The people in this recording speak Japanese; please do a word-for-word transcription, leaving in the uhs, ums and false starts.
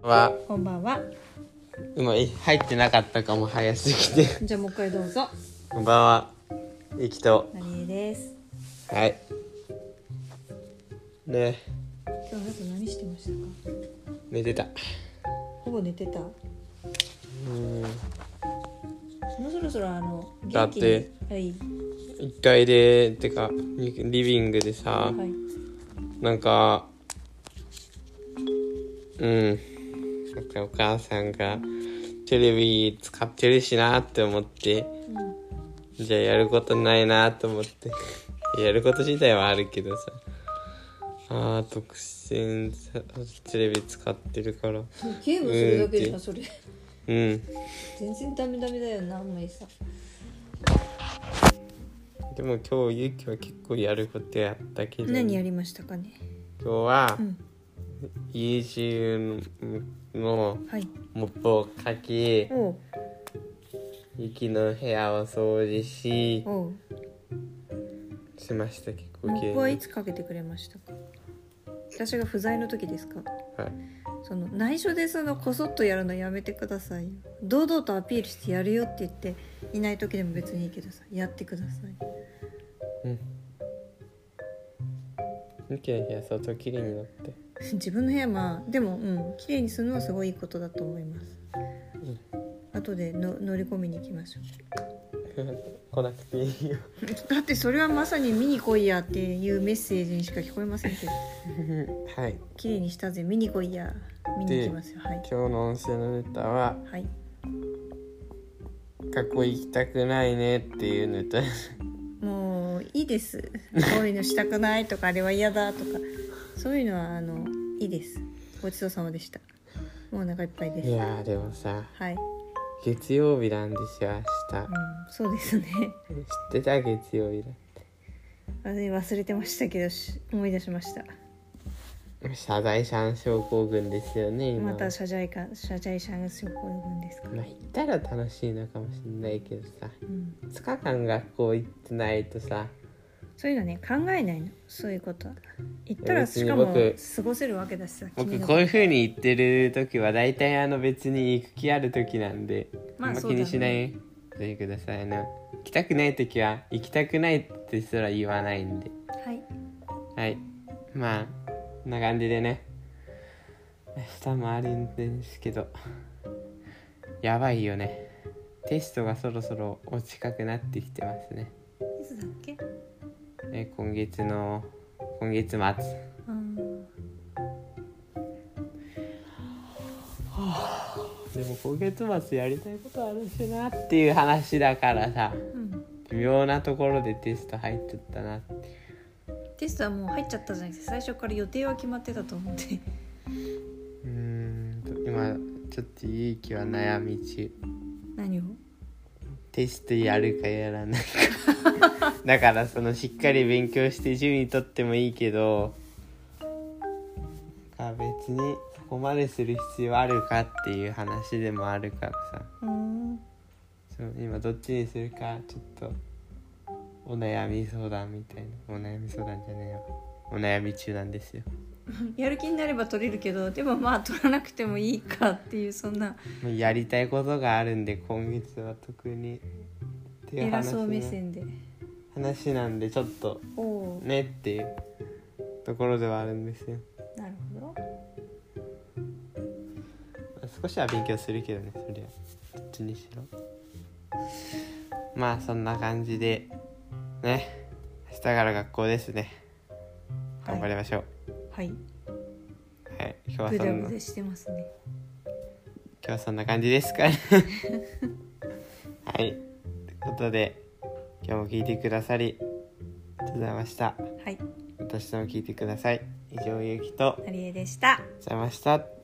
は。 こんばんは。 今入ってなかったかも、早すぎて。 じゃあもう一回どうぞ。 こんばんは。ゆきと。 なりえです。 はい。ね。 今日あなた何してましたか？ 寝てた。 ほぼ寝てた。 うん。 もうそろそろあのだっ元気に。 てはい。 一階でてかリビングでさ、 はい。 なんかうんなんかお母さんがテレビ使ってるしなって思って、うん、じゃあやることないなと思ってやること自体はあるけどさ、あー特選テレビ使ってるからゲームするだけじゃんそれ。 うん全然ダメダメだよな、あんまりさ。 でも今日ゆきは結構やることやったけど、 何やりましたかね。 今日は、 うん、 家中のモップをかき、 はい、 ゆきの部屋を掃除しおうしました。結構モップはいつかけてくれましたか？私が不在の時ですか？ はい。 その内緒でそのこそっとやるのやめてくださいよ。堂々とアピールしてやるよって言っていない時でも別にいいけどさ、やってください。 うんゆきの部屋相当綺麗になって自分の部屋まあでもうん綺麗にするのはすごいいいことだと思います、うん、後での乗り込みに行きましょう来なくていいよだってそれはまさに見に来いやっていうメッセージにしか聞こえませんけどはい綺麗にしたぜ見に来いや見に行きますよ。はい、 今日の音声のネタは、 はい、 学校行きたくないねっていうネタもういいです。こういうのしたくないとかあれは嫌だとかそういうのはあのいいです。ごちそうさまでした。もうお腹いっぱいです。 いやーでもさ、 はい、 月曜日なんですよ明日、 うん、そうですね。 知ってた？月曜日だって忘れてましたけど思い出しました。 謝罪者症候群ですよね今。 また謝罪か謝罪者症候群ですか？ まあ行ったら楽しいのかもしれないけどさ、うん、ふつかかん学校行ってないとさ、 そういうのね考えないの。そういうことは行ったらしかも過ごせるわけだしさ。 僕こういう風に言ってる時は大体あの別に行く気ある時なんで、まあ気にしないでくださいね。行きたくない時は行きたくないってすら言わないんで、 はいはい、まあこんな感じでね、明日もあるんですけどやばいよね。テストがそろそろお近くなってきてますね。 いつだっけ？ え今月の今月末、うん、はあ、でも今月末やりたいことあるしなっていう話だからさ、うん、微妙なところでテスト入っちゃったなって。 テストはもう入っちゃったじゃなくて最初から予定は決まってたと思ってうーん今ちょっといい気は悩み中。何を？テストやるかやらないかだからそのしっかり勉強して順位取ってもいいけど、別にそこまでする必要あるかっていう話でもあるからさ、うん、そう今どっちにするかちょっとお悩み相談みたいな、お悩み相談じゃねえよ、お悩み中なんですよやる気になれば取れるけど、でもまあ取らなくてもいいかっていう、そんなやりたいことがあるんで今月は特にっていう話、 偉そう目線で話なんでちょっとねっていうところではあるんですよ。 なるほど。少しは勉強するけどね、そりゃどっちにしろ。まあそんな感じでね、明日から学校ですね。頑張りましょう。はい、はい、今日はそんなぐだぐだしてますね。 今日はそんな感じですかねはい、ということで今日も聞いてくださりありがとうございました。はい、私とも聞いてください。以上ゆうきとなりえでした。ありがとうございました。